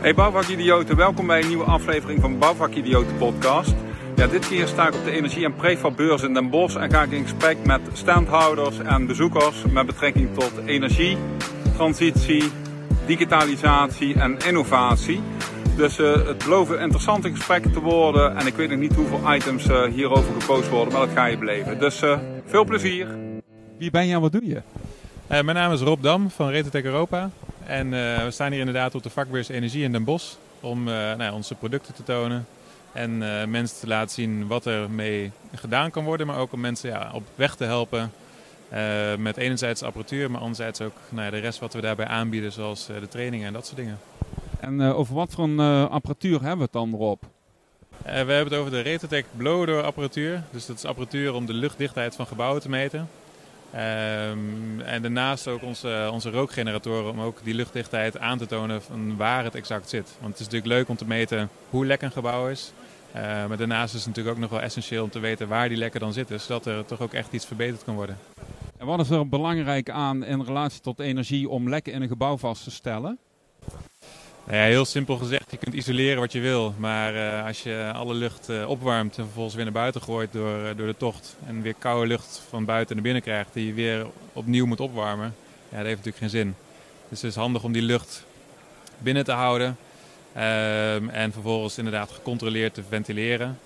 Hey bouwvakidioten, welkom bij een nieuwe aflevering van Bouwvakidioten podcast. Ja, dit keer sta ik op de energie- en prefabbeurs in Den Bosch en ga ik in gesprek met standhouders en bezoekers met betrekking tot energie, transitie, digitalisatie en innovatie. Dus het beloven interessante gesprekken te worden en ik weet nog niet hoeveel items hierover gepost worden, maar dat ga je beleven. Dus veel plezier. Wie ben je en wat doe je? Mijn naam is Rob Dam van Retrotec Europa en we staan hier inderdaad op de vakbeurs Energie in Den Bosch om onze producten te tonen en mensen te laten zien wat er mee gedaan kan worden, maar ook om mensen op weg te helpen met enerzijds apparatuur, maar anderzijds ook de rest wat we daarbij aanbieden, zoals de trainingen en dat soort dingen. En over wat voor een apparatuur hebben we het dan, Rob? We hebben het over de Retrotec Blower apparatuur, dus dat is apparatuur om de luchtdichtheid van gebouwen te meten. En daarnaast ook onze rookgeneratoren om ook die luchtdichtheid aan te tonen van waar het exact zit. Want het is natuurlijk leuk om te meten hoe lek een gebouw is. Maar daarnaast is het natuurlijk ook nog wel essentieel om te weten waar die lekken dan zitten. Zodat er toch ook echt iets verbeterd kan worden. En wat is er belangrijk aan in relatie tot energie om lekken in een gebouw vast te stellen? Nou ja, heel simpel gezegd, je kunt isoleren wat je wil. Maar als je alle lucht opwarmt en vervolgens weer naar buiten gooit door de tocht. En weer koude lucht van buiten naar binnen krijgt die je weer opnieuw moet opwarmen. Ja, dat heeft natuurlijk geen zin. Dus het is handig om die lucht binnen te houden. En vervolgens inderdaad gecontroleerd te ventileren.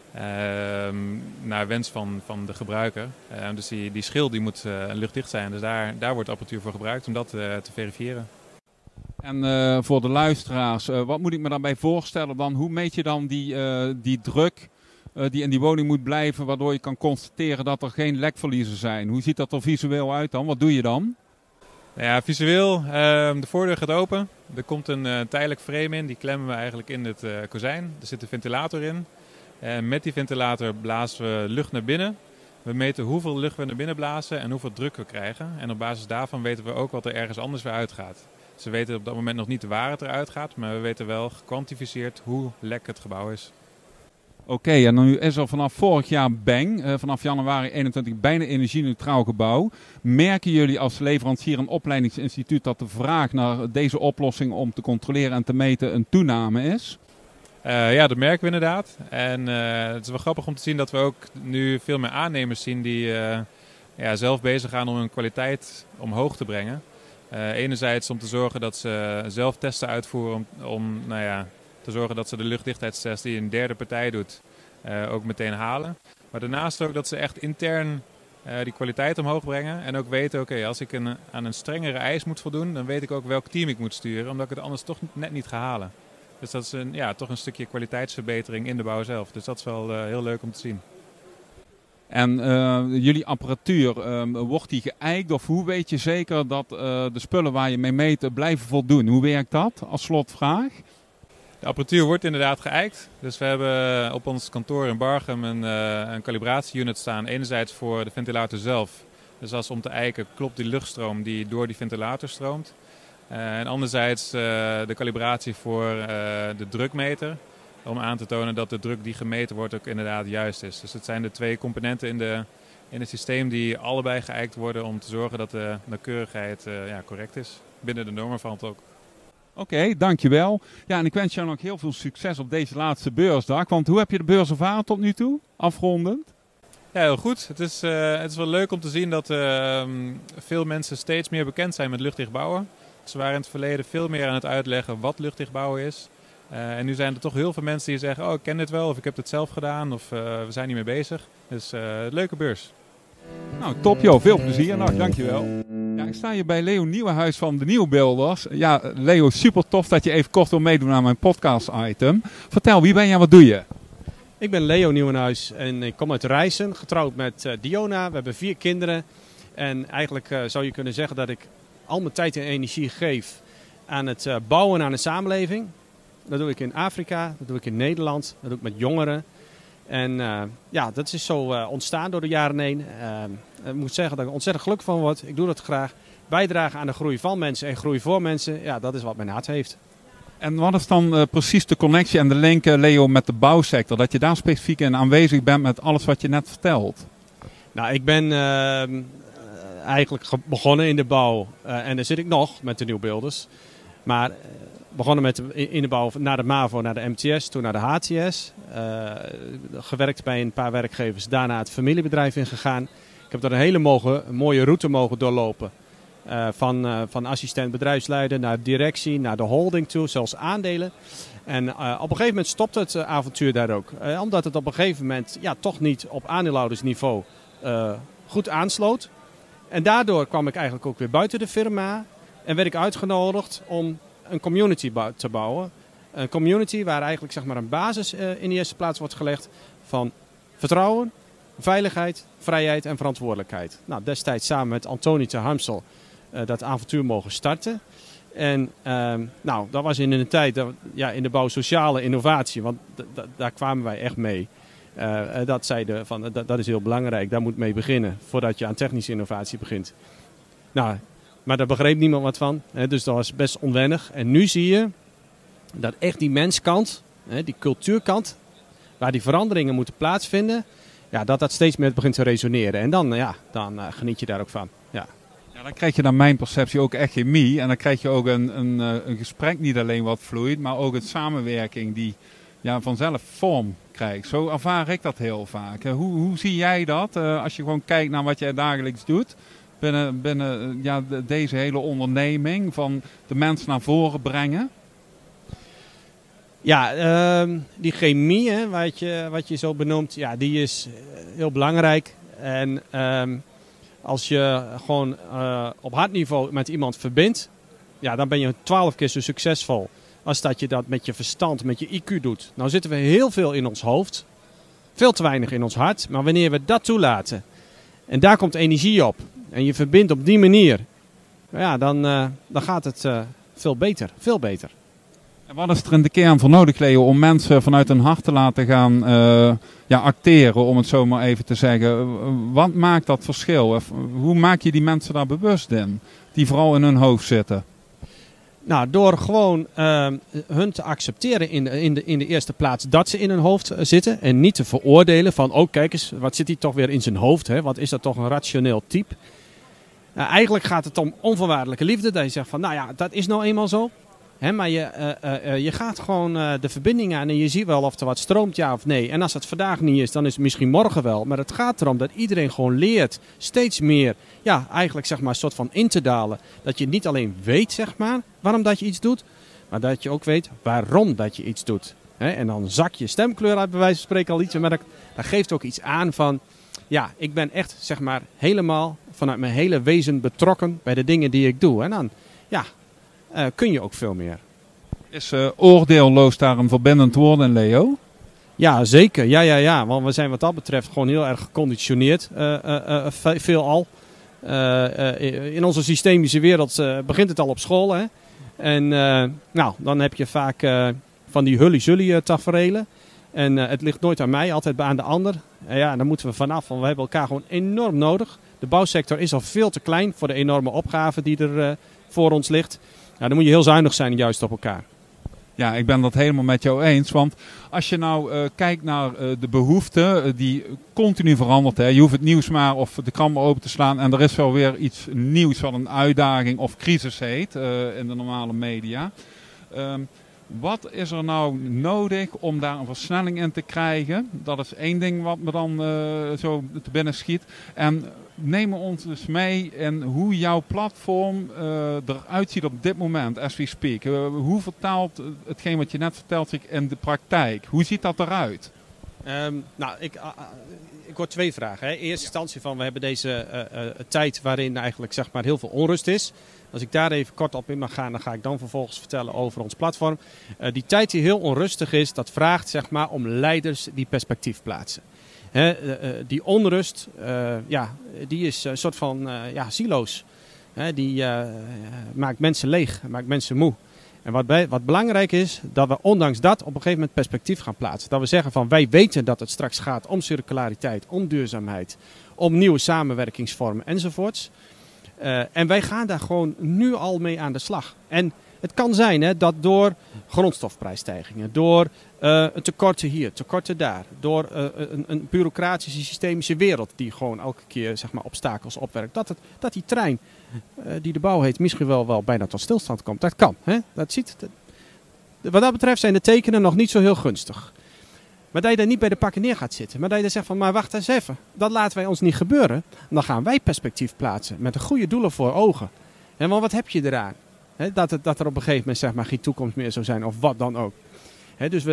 Naar wens van de gebruiker. Dus die schil die moet luchtdicht zijn. Dus daar wordt apparatuur voor gebruikt om dat te verifiëren. En voor de luisteraars, wat moet ik me daarbij voorstellen dan? Hoe meet je dan die druk die in die woning moet blijven, waardoor je kan constateren dat er geen lekverliezen zijn? Hoe ziet dat er visueel uit dan? Wat doe je dan? Nou ja, visueel, de voordeur gaat open. Er komt een tijdelijk frame in, die klemmen we eigenlijk in het kozijn. Er zit een ventilator in. Met die ventilator blazen we lucht naar binnen. We meten hoeveel lucht we naar binnen blazen en hoeveel druk we krijgen. En op basis daarvan weten we ook wat er ergens anders weer uitgaat. Ze weten op dat moment nog niet waar het eruit gaat, maar we weten wel gekwantificeerd hoe lek het gebouw is. Oké, en nu is er vanaf vorig jaar BENG, vanaf januari 21 bijna energie-neutraal gebouw. Merken jullie als leverancier en opleidingsinstituut dat de vraag naar deze oplossing om te controleren en te meten een toename is? Ja, dat merken we inderdaad. En het is wel grappig om te zien dat we ook nu veel meer aannemers zien die zelf bezig gaan om hun kwaliteit omhoog te brengen. Enerzijds om te zorgen dat ze zelf testen uitvoeren om te zorgen dat ze de luchtdichtheidstest die een derde partij doet ook meteen halen. Maar daarnaast ook dat ze echt intern die kwaliteit omhoog brengen en ook weten, oké, als ik aan een strengere eis moet voldoen, dan weet ik ook welk team ik moet sturen, omdat ik het anders toch net niet ga halen. Dus dat is toch een stukje kwaliteitsverbetering in de bouw zelf. Dus dat is wel heel leuk om te zien. En jullie apparatuur, wordt die geëikt of hoe weet je zeker dat de spullen waar je mee meet blijven voldoen? Hoe werkt dat als slotvraag? De apparatuur wordt inderdaad geëikt. Dus we hebben op ons kantoor in Barchem een calibratieunit staan. Enerzijds voor de ventilator zelf. Dus als om te eiken klopt die luchtstroom die door die ventilator stroomt. En anderzijds de calibratie voor de drukmeter. Om aan te tonen dat de druk die gemeten wordt ook inderdaad juist is. Dus het zijn de twee componenten in het systeem die allebei geëikt worden om te zorgen dat de nauwkeurigheid correct is. Binnen de normen valt ook. Oké, dankjewel. Ja, en ik wens jou nog heel veel succes op deze laatste beursdag. Want hoe heb je de beurs ervaren tot nu toe, afrondend? Ja, heel goed. Het is wel leuk om te zien dat veel mensen steeds meer bekend zijn met luchtdicht bouwen. Ze waren in het verleden veel meer aan het uitleggen wat luchtdicht bouwen is. En nu zijn er toch heel veel mensen die zeggen, oh, ik ken dit wel, of ik heb het zelf gedaan, of we zijn hiermee bezig. Dus leuke beurs. Nou, top joh. Veel plezier nog. Dankjewel. Ja, ik sta hier bij Leo Nieuwenhuis van de Nieuwbuilders. Ja, Leo, super tof dat je even kort wil meedoen aan mijn podcast item. Vertel, wie ben je en wat doe je? Ik ben Leo Nieuwenhuis en ik kom uit Rijssen, getrouwd met Diona. We hebben 4 kinderen. En eigenlijk zou je kunnen zeggen dat ik al mijn tijd en energie geef aan het bouwen aan een samenleving. Dat doe ik in Afrika, dat doe ik in Nederland, dat doe ik met jongeren. En dat is zo ontstaan door de jaren heen. Ik moet zeggen dat ik er ontzettend gelukkig van word. Ik doe dat graag. Bijdragen aan de groei van mensen en groei voor mensen, ja, dat is wat mijn hart heeft. En wat is dan precies de connectie en de link, Leo, met de bouwsector? Dat je daar specifiek in aanwezig bent met alles wat je net vertelt. Nou, ik ben eigenlijk begonnen in de bouw. En daar zit ik nog met de Nieuwbuilders. Maar begonnen met in de bouw naar de MAVO, naar de MTS, toen naar de HTS. Gewerkt bij een paar werkgevers, daarna het familiebedrijf ingegaan. Ik heb daar een hele mooie route mogen doorlopen. Van assistent bedrijfsleider naar directie, naar de holding toe, zelfs aandelen. En op een gegeven moment stopt het avontuur daar ook. Omdat het op een gegeven moment toch niet op aandeelhoudersniveau goed aansloot. En daardoor kwam ik eigenlijk ook weer buiten de firma. En werd ik uitgenodigd om een community te bouwen. Een community waar eigenlijk zeg maar een basis in de eerste plaats wordt gelegd van vertrouwen, veiligheid, vrijheid en verantwoordelijkheid. Nou, destijds samen met Antoni te Hamsel dat avontuur mogen starten. En dat was in een tijd in de bouw sociale innovatie, want daar kwamen wij echt mee. Dat zeiden van dat is heel belangrijk, daar moet mee beginnen voordat je aan technische innovatie begint. Nou, maar daar begreep niemand wat van, dus dat was best onwennig. En nu zie je dat echt die menskant, die cultuurkant, waar die veranderingen moeten plaatsvinden, dat steeds meer begint te resoneren. En dan geniet je daar ook van. Ja. Ja, dan krijg je naar mijn perceptie ook echt chemie. En dan krijg je ook een gesprek niet alleen wat vloeit, maar ook een samenwerking die vanzelf vorm krijgt. Zo ervaar ik dat heel vaak. Hoe zie jij dat als je gewoon kijkt naar wat jij dagelijks doet binnen deze hele onderneming van de mensen naar voren brengen? Ja, die chemie, wat je zo benoemt, die is heel belangrijk. En als je gewoon op hartniveau met iemand verbindt, dan ben je 12 keer zo succesvol als dat je dat met je verstand, met je IQ doet. Nou zitten we heel veel in ons hoofd, veel te weinig in ons hart. Maar wanneer we dat toelaten en daar komt energie op en je verbindt op die manier, dan gaat het veel beter, veel beter. En wat is er in de kern voor nodig, Leo, om mensen vanuit hun hart te laten gaan acteren, om het zo maar even te zeggen? Wat maakt dat verschil? Of hoe maak je die mensen daar bewust in, die vooral in hun hoofd zitten? Nou, door gewoon hun te accepteren in de eerste plaats dat ze in hun hoofd zitten. En niet te veroordelen van, kijk eens, wat zit hij toch weer in zijn hoofd? Hè? Wat is dat toch een rationeel type? Eigenlijk gaat het om onvoorwaardelijke liefde. Dat je zegt van, dat is nou eenmaal zo. He, maar je gaat gewoon de verbinding aan en je ziet wel of er wat stroomt, ja of nee. En als het vandaag niet is, dan is het misschien morgen wel. Maar het gaat erom dat iedereen gewoon leert steeds meer, eigenlijk zeg maar een soort van in te dalen. Dat je niet alleen weet, zeg maar, waarom dat je iets doet, maar dat je ook weet waarom dat je iets doet. He, en dan zak je stemkleur uit, bij wijze van spreken al iets, maar dat geeft ook iets aan van, ik ben echt, zeg maar, helemaal vanuit mijn hele wezen betrokken bij de dingen die ik doe. En dan, kun je ook veel meer. Is oordeelloos daar een verbindend woord in, Leo? Ja, zeker. Ja. Want we zijn wat dat betreft gewoon heel erg geconditioneerd. Veelal. In onze systemische wereld begint het al op school. Hè? En dan heb je vaak van die hully-zully taferelen. En het ligt nooit aan mij, altijd aan de ander. Daar moeten we vanaf, want we hebben elkaar gewoon enorm nodig. De bouwsector is al veel te klein voor de enorme opgave die er voor ons ligt. Dan moet je heel zuinig zijn juist op elkaar. Ja, ik ben dat helemaal met jou eens. Want als je nou kijkt naar de behoeften die continu verandert. Hè. Je hoeft het nieuws maar of de krant maar open te slaan. En er is wel weer iets nieuws wat een uitdaging of crisis heet in de normale media. Wat is er nou nodig om daar een versnelling in te krijgen? Dat is één ding wat me dan zo te binnen schiet. En neem ons dus mee in hoe jouw platform eruit ziet op dit moment, as we speak. Hoe vertaalt hetgeen wat je net vertelt zich in de praktijk? Hoe ziet dat eruit? Ik hoor twee vragen. Hè. In eerste instantie van we hebben deze tijd waarin eigenlijk zeg maar heel veel onrust is. Als ik daar even kort op in mag gaan, dan ga ik dan vervolgens vertellen over ons platform. Die tijd die heel onrustig is, dat vraagt zeg maar om leiders die perspectief plaatsen. Die onrust, die is een soort van silo's. Die maakt mensen leeg, maakt mensen moe. En wat belangrijk is, dat we ondanks dat op een gegeven moment perspectief gaan plaatsen. Dat we zeggen van wij weten dat het straks gaat om circulariteit, om duurzaamheid, om nieuwe samenwerkingsvormen enzovoorts. En wij gaan daar gewoon nu al mee aan de slag. En Het kan zijn dat door grondstofprijsstijgingen, door een tekorten hier, tekorten daar, door een bureaucratische systemische wereld die gewoon elke keer zeg maar, obstakels opwerkt, dat die trein die de bouw heet misschien wel bijna tot stilstand komt. Dat kan. Wat dat betreft zijn de tekenen nog niet zo heel gunstig. Maar dat je daar niet bij de pakken neer gaat zitten. Maar dat je dan zegt van, maar wacht eens even. Dat laten wij ons niet gebeuren. Dan gaan wij perspectief plaatsen. Met de goede doelen voor ogen. En want wat heb je eraan? Dat er op een gegeven moment zeg maar, geen toekomst meer zou zijn. Of wat dan ook. Dus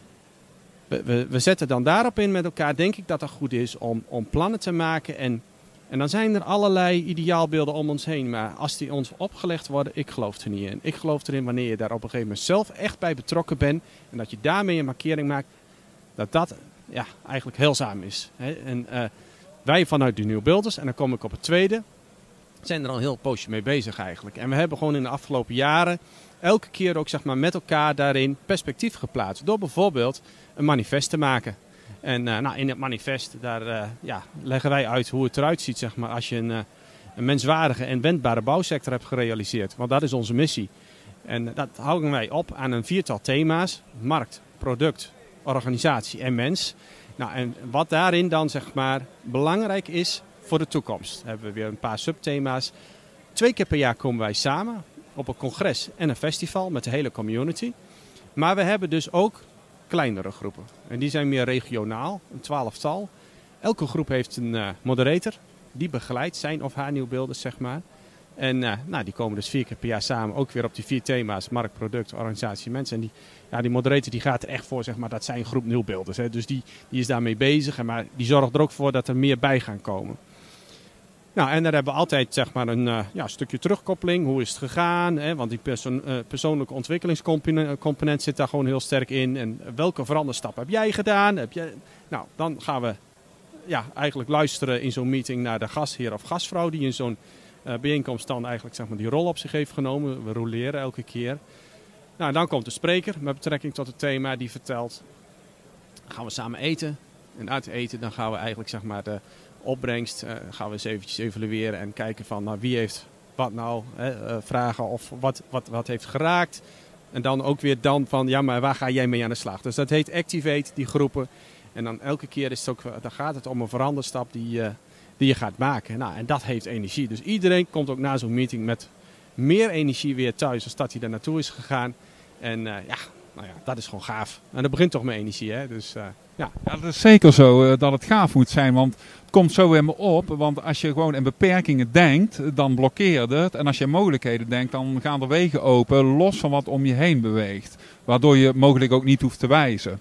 we zetten dan daarop in met elkaar. Denk ik dat het goed is om plannen te maken. En dan zijn er allerlei ideaalbeelden om ons heen. Maar als die ons opgelegd worden, ik geloof er niet in. Ik geloof erin wanneer je daar op een gegeven moment zelf echt bij betrokken bent. En dat je daarmee een markering maakt. Dat eigenlijk heilzaam is. En wij vanuit de Nieuwbuilders, en dan kom ik op het tweede, zijn er al een heel poosje mee bezig eigenlijk. En we hebben gewoon in de afgelopen jaren elke keer ook zeg maar, met elkaar daarin perspectief geplaatst. Door bijvoorbeeld een manifest te maken. En in het manifest daar leggen wij uit hoe het eruit ziet zeg maar, als je een menswaardige en wendbare bouwsector hebt gerealiseerd. Want dat is onze missie. En dat houden wij op aan een 4-tal thema's. Markt, product, organisatie en mens. En wat daarin dan zeg maar belangrijk is voor de toekomst. Hebben we weer een paar subthema's. 2 keer per jaar komen wij samen op een congres en een festival met de hele community. Maar we hebben dus ook kleinere groepen. En die zijn meer regionaal, een 12-tal. Elke groep heeft een moderator die begeleidt zijn of haar nieuwbeelders zeg maar. En die komen dus 4 keer per jaar samen, ook weer op die 4 thema's, markt, product, organisatie, mensen. En die moderator die gaat er echt voor, zeg maar, dat zijn groep nieuwbeelders. Dus die is daarmee bezig, maar die zorgt er ook voor dat er meer bij gaan komen. En daar hebben we altijd zeg maar, een stukje terugkoppeling, hoe is het gegaan? Want die persoonlijke ontwikkelingscomponent zit daar gewoon heel sterk in. En welke veranderstap heb jij gedaan? Dan gaan we eigenlijk luisteren in zo'n meeting naar de gastheer of gastvrouw die in zo'n bijeenkomst dan eigenlijk zeg maar, die rol op zich heeft genomen. We roleren elke keer. Dan komt de spreker met betrekking tot het thema die vertelt. Dan gaan we samen eten. En uit eten dan gaan we eigenlijk zeg maar, de opbrengst gaan we eens eventjes evalueren. En kijken van wie heeft wat nou. Vragen of wat heeft geraakt. En dan ook weer van maar waar ga jij mee aan de slag? Dus dat heet Activate, die groepen. En dan elke keer dan gaat het om een veranderstap die je gaat maken. En dat heeft energie. Dus iedereen komt ook na zo'n meeting met meer energie weer thuis als dat hij daar naartoe is gegaan. En dat is gewoon gaaf. En dat begint toch met energie. Hè? Dus, Ja, dat is zeker zo dat het gaaf moet zijn. Want het komt zo weer me op. Want als je gewoon in beperkingen denkt, dan blokkeert het. En als je in mogelijkheden denkt, dan gaan er wegen open. Los van wat om je heen beweegt. Waardoor je mogelijk ook niet hoeft te wijzen.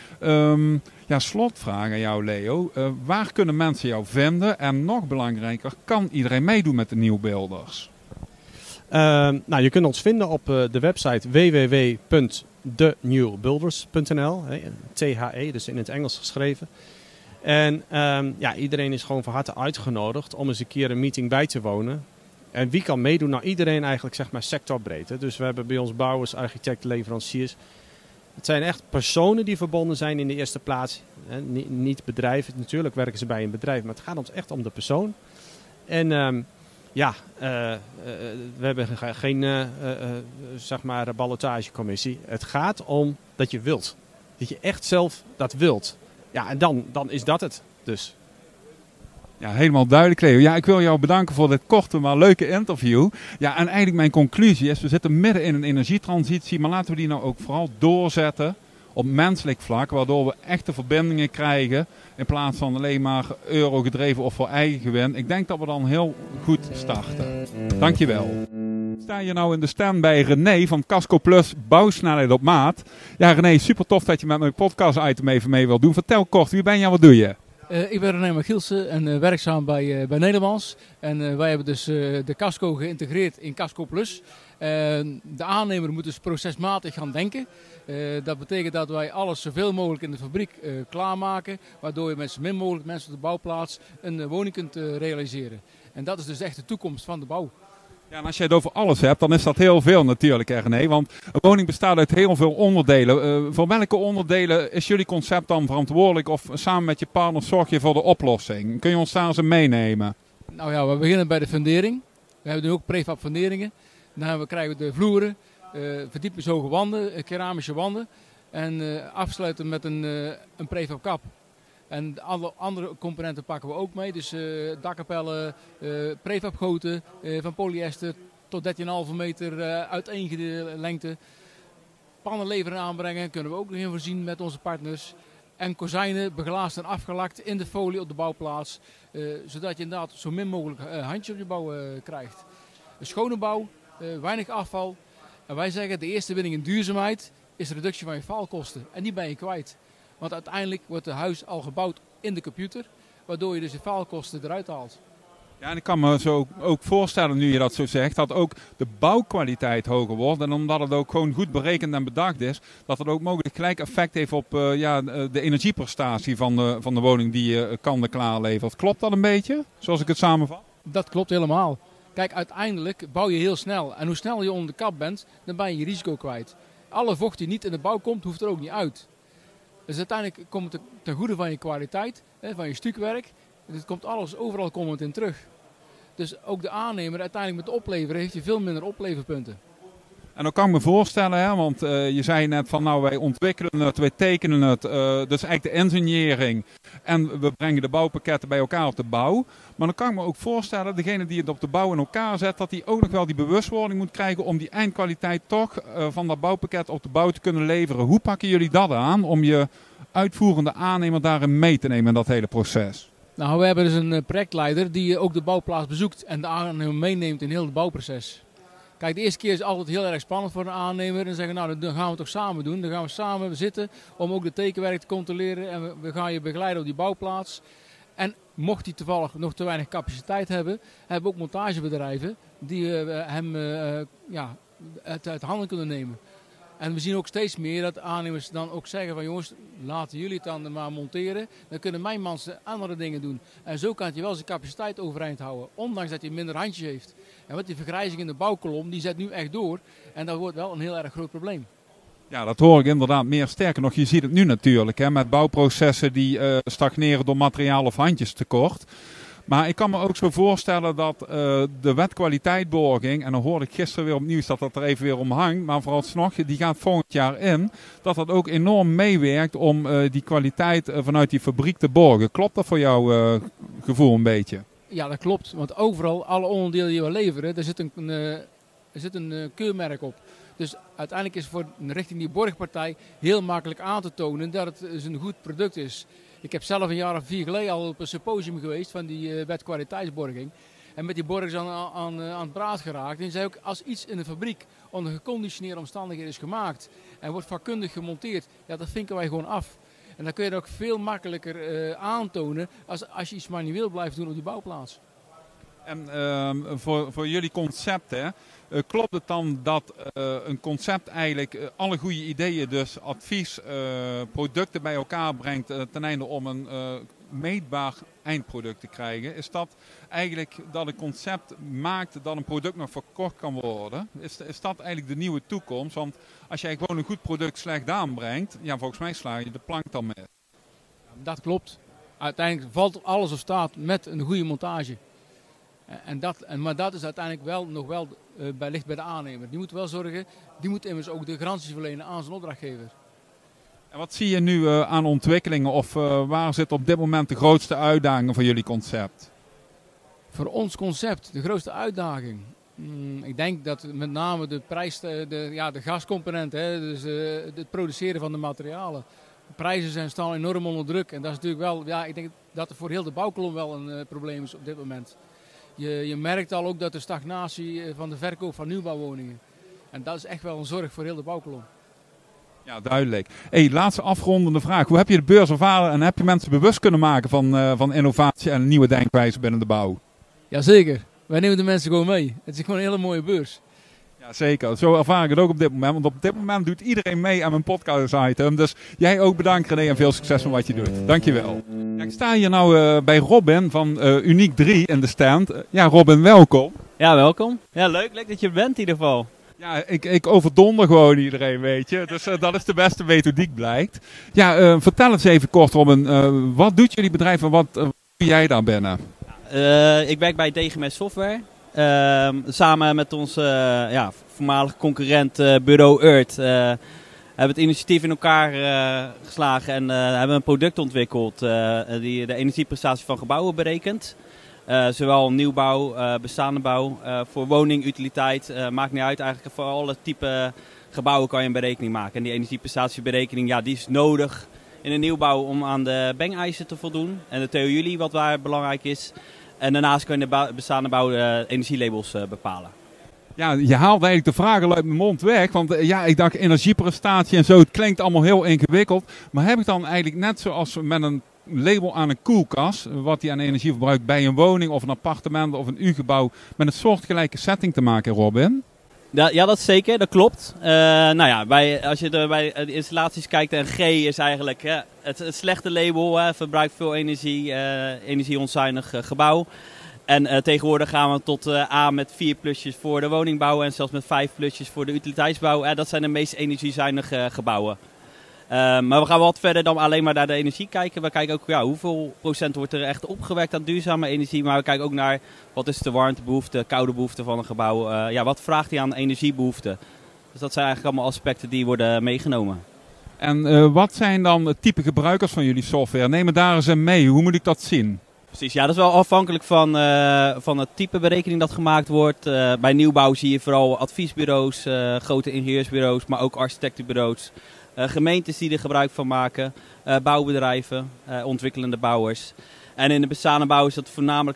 Slotvraag aan jou, Leo. Waar kunnen mensen jou vinden? En nog belangrijker, kan iedereen meedoen met de nieuwbeelders? Je kunt ons vinden op de website www.thenewbuilders.nl. THE, dus in het Engels geschreven. En iedereen is gewoon van harte uitgenodigd om eens een keer een meeting bij te wonen. En wie kan meedoen? Iedereen eigenlijk zeg maar sectorbreed. Hè? Dus we hebben bij ons bouwers, architecten, leveranciers. Het zijn echt personen die verbonden zijn in de eerste plaats. Niet bedrijven. Natuurlijk werken ze bij een bedrijf, maar het gaat ons echt om de persoon. En we hebben geen ballotagecommissie. Het gaat om dat je wilt. Dat je echt zelf dat wilt. Ja, en dan is dat het dus. Ja, helemaal duidelijk, Leo. Ja, ik wil jou bedanken voor dit korte, maar leuke interview. Ja, en eigenlijk mijn conclusie is, we zitten midden in een energietransitie, maar laten we die nou ook vooral doorzetten op menselijk vlak, waardoor we echte verbindingen krijgen in plaats van alleen maar euro gedreven of voor eigen gewin. Ik denk dat we dan heel goed starten. Dankjewel. Ik sta hier nou in de stand bij René van Casco Plus Bouwsnelheid op Maat. Ja, René, super tof dat je met mijn podcast item even mee wilt doen. Vertel kort, wie ben je en wat doe je? Ik ben René Magielsen en werkzaam bij Nederlands. En wij hebben dus de Casco geïntegreerd in Casco Plus. De aannemer moet dus procesmatig gaan denken. Dat betekent dat wij alles zoveel mogelijk in de fabriek klaarmaken. Waardoor je met zo min mogelijk mensen op de bouwplaats een woning kunt realiseren. En dat is dus echt de toekomst van de bouw. Ja, en als je het over alles hebt, dan is dat heel veel natuurlijk, René. Want een woning bestaat uit heel veel onderdelen. Voor welke onderdelen is jullie concept dan verantwoordelijk? Of samen met je partner zorg je voor de oplossing? Kun je ons daar eens in meenemen? Nou ja, we beginnen bij de fundering. We hebben nu ook prefab funderingen. Dan krijgen we de vloeren, verdiepingshoge wanden, keramische wanden. En afsluiten met een prefab kap. En alle andere componenten pakken we ook mee. Dus dakkapellen, prefabgoten van polyester tot 13,5 meter uiteengede lengte. Pannen leveren en aanbrengen kunnen we ook nog in voorzien met onze partners. En kozijnen beglaasd en afgelakt in de folie op de bouwplaats. Zodat je inderdaad zo min mogelijk handje op je bouw krijgt. Een schone bouw, weinig afval. En wij zeggen de eerste winning in duurzaamheid is de reductie van je faalkosten. En die ben je kwijt. Want uiteindelijk wordt het huis al gebouwd in de computer. Waardoor je dus je faalkosten eruit haalt. Ja, en ik kan me zo ook voorstellen, nu je dat zo zegt, dat ook de bouwkwaliteit hoger wordt. En omdat het ook gewoon goed berekend en bedacht is, dat het ook mogelijk gelijk effect heeft op de energieprestatie van de woning die je klaar levert. Klopt dat een beetje, zoals ik het samenvat? Dat klopt helemaal. Kijk, uiteindelijk bouw je heel snel. En hoe sneller je onder de kap bent, dan ben je je risico kwijt. Alle vocht die niet in de bouw komt, hoeft er ook niet uit. Dus uiteindelijk komt het ten goede van je kwaliteit, van je stukwerk. Het komt alles, overal komt het in terug. Dus ook de aannemer uiteindelijk met opleveren heeft je veel minder opleverpunten. En dan kan ik me voorstellen, hè, want je zei net van nou wij ontwikkelen het, wij tekenen het. Dus eigenlijk de engineering en we brengen de bouwpakketten bij elkaar op de bouw. Maar dan kan ik me ook voorstellen, degene die het op de bouw in elkaar zet, dat die ook nog wel die bewustwording moet krijgen om die eindkwaliteit toch van dat bouwpakket op de bouw te kunnen leveren. Hoe pakken jullie dat aan om je uitvoerende aannemer daarin mee te nemen in dat hele proces? Nou, we hebben dus een projectleider die ook de bouwplaats bezoekt en de aannemer meeneemt in heel het bouwproces. Kijk, de eerste keer is altijd heel erg spannend voor een aannemer. En dan zeggen we, nou, dan gaan we het toch samen doen. Dan gaan we samen zitten om ook de tekenwerk te controleren. En we gaan je begeleiden op die bouwplaats. En mocht hij toevallig nog te weinig capaciteit hebben, hebben we ook montagebedrijven die hem uit handen kunnen nemen. En we zien ook steeds meer dat aannemers dan ook zeggen van jongens, laten jullie het dan maar monteren. Dan kunnen mijn mensen andere dingen doen. En zo kan je wel zijn capaciteit overeind houden. Ondanks dat hij minder handjes heeft. En wat die vergrijzing in de bouwkolom, die zet nu echt door. En dat wordt wel een heel erg groot probleem. Ja, dat hoor ik inderdaad meer. Sterker nog, je ziet het nu natuurlijk hè, met bouwprocessen die stagneren door materiaal of handjestekort. Maar ik kan me ook zo voorstellen dat de wet kwaliteitborging, en dan hoorde ik gisteren weer opnieuw dat dat er even weer om hangt, maar vooralsnog, die gaat volgend jaar in, dat dat ook enorm meewerkt om die kwaliteit vanuit die fabriek te borgen. Klopt dat voor jouw gevoel een beetje? Ja, dat klopt. Want overal, alle onderdelen die we leveren, daar zit een keurmerk op. Dus uiteindelijk is voor richting die borgpartij heel makkelijk aan te tonen dat het dus een goed product is. Ik heb zelf een jaar of 4 geleden al op een symposium geweest van die wet kwaliteitsborging. En met die borgers aan het praat geraakt. En zei ook, als iets in de fabriek onder geconditioneerde omstandigheden is gemaakt en wordt vakkundig gemonteerd, ja, dat vinken wij gewoon af. En dan kun je dat ook veel makkelijker aantonen als je iets manueel blijft doen op die bouwplaats. En voor jullie concept, hè, klopt het dan dat een concept eigenlijk alle goede ideeën, dus advies, producten bij elkaar brengt ten einde om een meetbaar eindproduct te krijgen? Is dat eigenlijk dat een concept maakt dat een product nog verkocht kan worden? Is dat eigenlijk de nieuwe toekomst? Want als jij gewoon een goed product slecht aanbrengt, ja, volgens mij sla je de plank dan mee. Dat klopt. Uiteindelijk valt alles of staat met een goede montage. Maar dat is uiteindelijk nog wel ligt bij de aannemer. Die moet wel zorgen, die moet immers ook de garanties verlenen aan zijn opdrachtgever. En wat zie je nu aan ontwikkelingen of waar zit op dit moment de grootste uitdaging voor jullie concept? Voor ons concept, de grootste uitdaging? Ik denk dat met name de prijs, de gascomponent, hè, dus het produceren van de materialen. De prijzen staan enorm onder druk en dat is natuurlijk wel, ja, ik denk dat het voor heel de bouwkolom wel een probleem is op dit moment. Je merkt al ook dat de stagnatie van de verkoop van nieuwbouwwoningen. En dat is echt wel een zorg voor heel de bouwkolom. Ja, duidelijk. Hey, laatste afrondende vraag. Hoe heb je de beurs ervaren en heb je mensen bewust kunnen maken van innovatie en nieuwe denkwijze binnen de bouw? Jazeker. Wij nemen de mensen gewoon mee. Het is gewoon een hele mooie beurs. Ja, zeker. Zo ervaar ik het ook op dit moment. Want op dit moment doet iedereen mee aan mijn podcast item. Dus jij ook bedankt René en veel succes met wat je doet. Dankjewel. Ja, ik sta hier nou bij Robin van Uniek 3 in de stand. Ja, Robin, welkom. Ja, welkom. Ja, leuk dat je er bent in ieder geval. Ja, ik overdonder gewoon iedereen, weet je. Dus dat is de beste methodiek blijkt. Ja, vertel eens even kort Robin. Wat doet jullie bedrijf en wat doe jij daar binnen? Ik werk bij DGMS Software. Samen met onze voormalig concurrent Bureau Earth hebben het initiatief in elkaar geslagen en hebben een product ontwikkeld die de energieprestatie van gebouwen berekent. Zowel nieuwbouw, bestaande bouw, voor woning, utiliteit, maakt niet uit eigenlijk. Voor alle type gebouwen kan je een berekening maken. En die energieprestatieberekening die is nodig in de nieuwbouw om aan de BEng-eisen te voldoen. En de TO-Jullie wat waar belangrijk is. En daarnaast kun je de bestaande bouw energielabels bepalen. Ja, je haalt eigenlijk de vragen uit mijn mond weg. Want ik dacht energieprestatie en zo, het klinkt allemaal heel ingewikkeld. Maar heb ik dan eigenlijk net zoals met een label aan een koelkast, wat die aan energie verbruikt bij een woning of een appartement of een U-gebouw, met een soortgelijke setting te maken, Robin? Ja, dat zeker, dat klopt. Als je bij de installaties kijkt, en G is eigenlijk het slechte label, verbruikt veel energie, energieonzuinig gebouw. En tegenwoordig gaan we tot A met 4 plusjes voor de woningbouw en zelfs met 5 plusjes voor de utiliteitsbouw. Dat zijn de meest energiezuinige gebouwen. Maar we gaan wat verder dan alleen maar naar de energie kijken. We kijken ook hoeveel procent wordt er echt opgewekt aan duurzame energie. Maar we kijken ook naar wat is de warmtebehoefte, koude behoefte van een gebouw. Wat vraagt hij aan energiebehoefte. Dus dat zijn eigenlijk allemaal aspecten die worden meegenomen. En wat zijn dan het type gebruikers van jullie software? Neem me daar eens in mee. Hoe moet ik dat zien? Precies, dat is wel afhankelijk van het type berekening dat gemaakt wordt. Bij nieuwbouw zie je vooral adviesbureaus, grote ingenieursbureaus, maar ook architectenbureaus. Gemeentes die er gebruik van maken, bouwbedrijven, ontwikkelende bouwers. En in de bestaande bouw is dat voornamelijk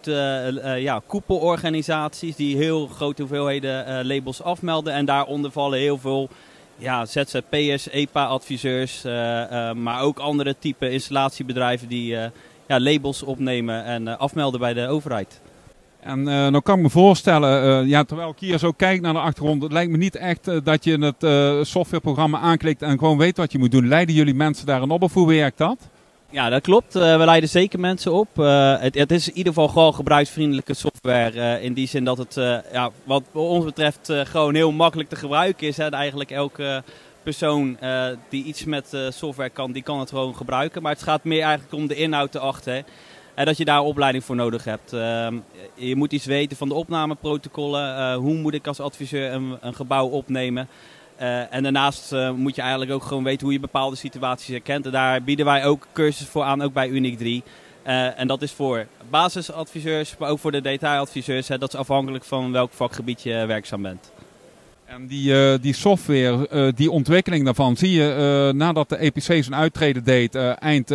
grote koepelorganisaties die heel grote hoeveelheden labels afmelden. En daaronder vallen heel veel ZZP'ers, EPA-adviseurs, maar ook andere type installatiebedrijven die labels opnemen en afmelden bij de overheid. En nou kan ik me voorstellen, terwijl ik hier zo kijk naar de achtergrond, het lijkt me niet echt dat je het softwareprogramma aanklikt en gewoon weet wat je moet doen. Leiden jullie mensen daarin op of hoe werkt dat? Ja, dat klopt. We leiden zeker mensen op. Het is in ieder geval gewoon gebruiksvriendelijke software. In die zin dat het wat ons betreft gewoon heel makkelijk te gebruiken is. Hè. Eigenlijk elke persoon die iets met software kan, die kan het gewoon gebruiken. Maar het gaat meer eigenlijk om de inhoud erachter. Hè. En dat je daar opleiding voor nodig hebt. Je moet iets weten van de opnameprotocollen. Hoe moet ik als adviseur een gebouw opnemen? En daarnaast moet je eigenlijk ook gewoon weten hoe je bepaalde situaties herkent. En daar bieden wij ook cursussen voor aan, ook bij Unic 3. En dat is voor basisadviseurs, maar ook voor de detailadviseurs. Dat is afhankelijk van welk vakgebied je werkzaam bent. En die software, die ontwikkeling daarvan, zie je nadat de EPC zijn uittreden deed eind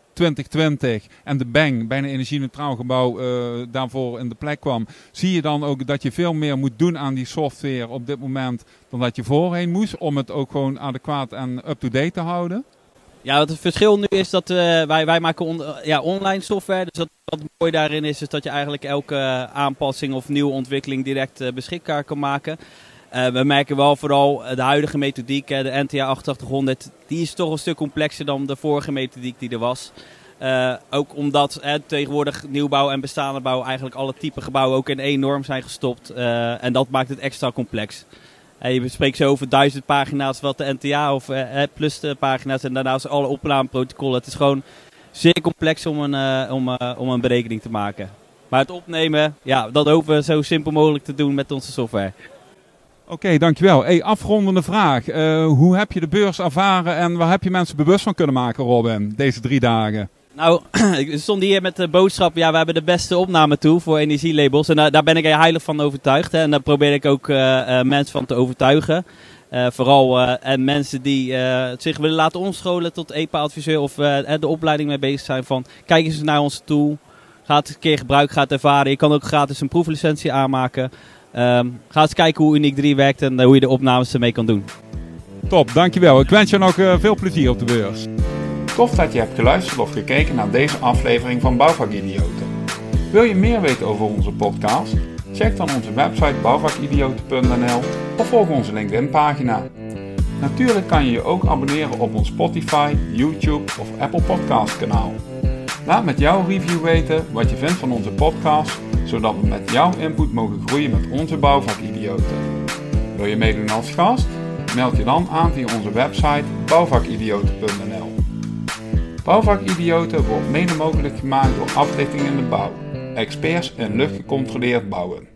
2020 en de BEng, bijna energie-neutraal gebouw, daarvoor in de plek kwam. Zie je dan ook dat je veel meer moet doen aan die software op dit moment dan dat je voorheen moest, om het ook gewoon adequaat en up-to-date te houden? Ja, het verschil nu is dat wij maken online software. Dus wat mooi daarin is dat je eigenlijk elke aanpassing of nieuwe ontwikkeling direct beschikbaar kan maken. We merken wel vooral de huidige methodiek, de NTA 8800, die is toch een stuk complexer dan de vorige methodiek die er was. Ook omdat tegenwoordig nieuwbouw en bestaande bouw eigenlijk alle type gebouwen ook in één norm zijn gestopt. En dat maakt het extra complex. Je spreekt zo over 1000 pagina's wat de NTA of plus de pagina's en daarnaast alle opnameprotocollen. Het is gewoon zeer complex om een berekening te maken. Maar het opnemen, dat hopen we zo simpel mogelijk te doen met onze software. Oké, dankjewel. Afrondende vraag. Hoe heb je de beurs ervaren en waar heb je mensen bewust van kunnen maken, Robin, deze 3 dagen? Nou, ik stond hier met de boodschap, we hebben de beste opname toe voor energielabels. En daar ben ik heilig van overtuigd. Hè. En daar probeer ik ook mensen van te overtuigen. Vooral mensen die zich willen laten omscholen tot EPA-adviseur of de opleiding mee bezig zijn van, kijk eens naar ons toe. Ga het een keer gebruiken, ga het ervaren. Je kan ook gratis een proeflicentie aanmaken. Ga eens kijken hoe Unic 3 werkt en hoe je de opnames ermee kan doen. Top, dankjewel. Ik wens je nog veel plezier op de beurs. Tof dat je hebt geluisterd of gekeken naar deze aflevering van Bouwvakidioten. Wil je meer weten over onze podcast? Check dan onze website bouwvakidioten.nl of volg onze LinkedIn pagina. Natuurlijk kan je je ook abonneren op ons Spotify, YouTube of Apple Podcast kanaal. Laat met jouw review weten wat je vindt van onze podcast, zodat we met jouw input mogen groeien met onze bouwvakidioten. Wil je meedoen als gast? Meld je dan aan via onze website bouwvakidioten.nl. Bouwvakidioten wordt mede mogelijk gemaakt door Africhting in de Bouw, experts in luchtgecontroleerd bouwen.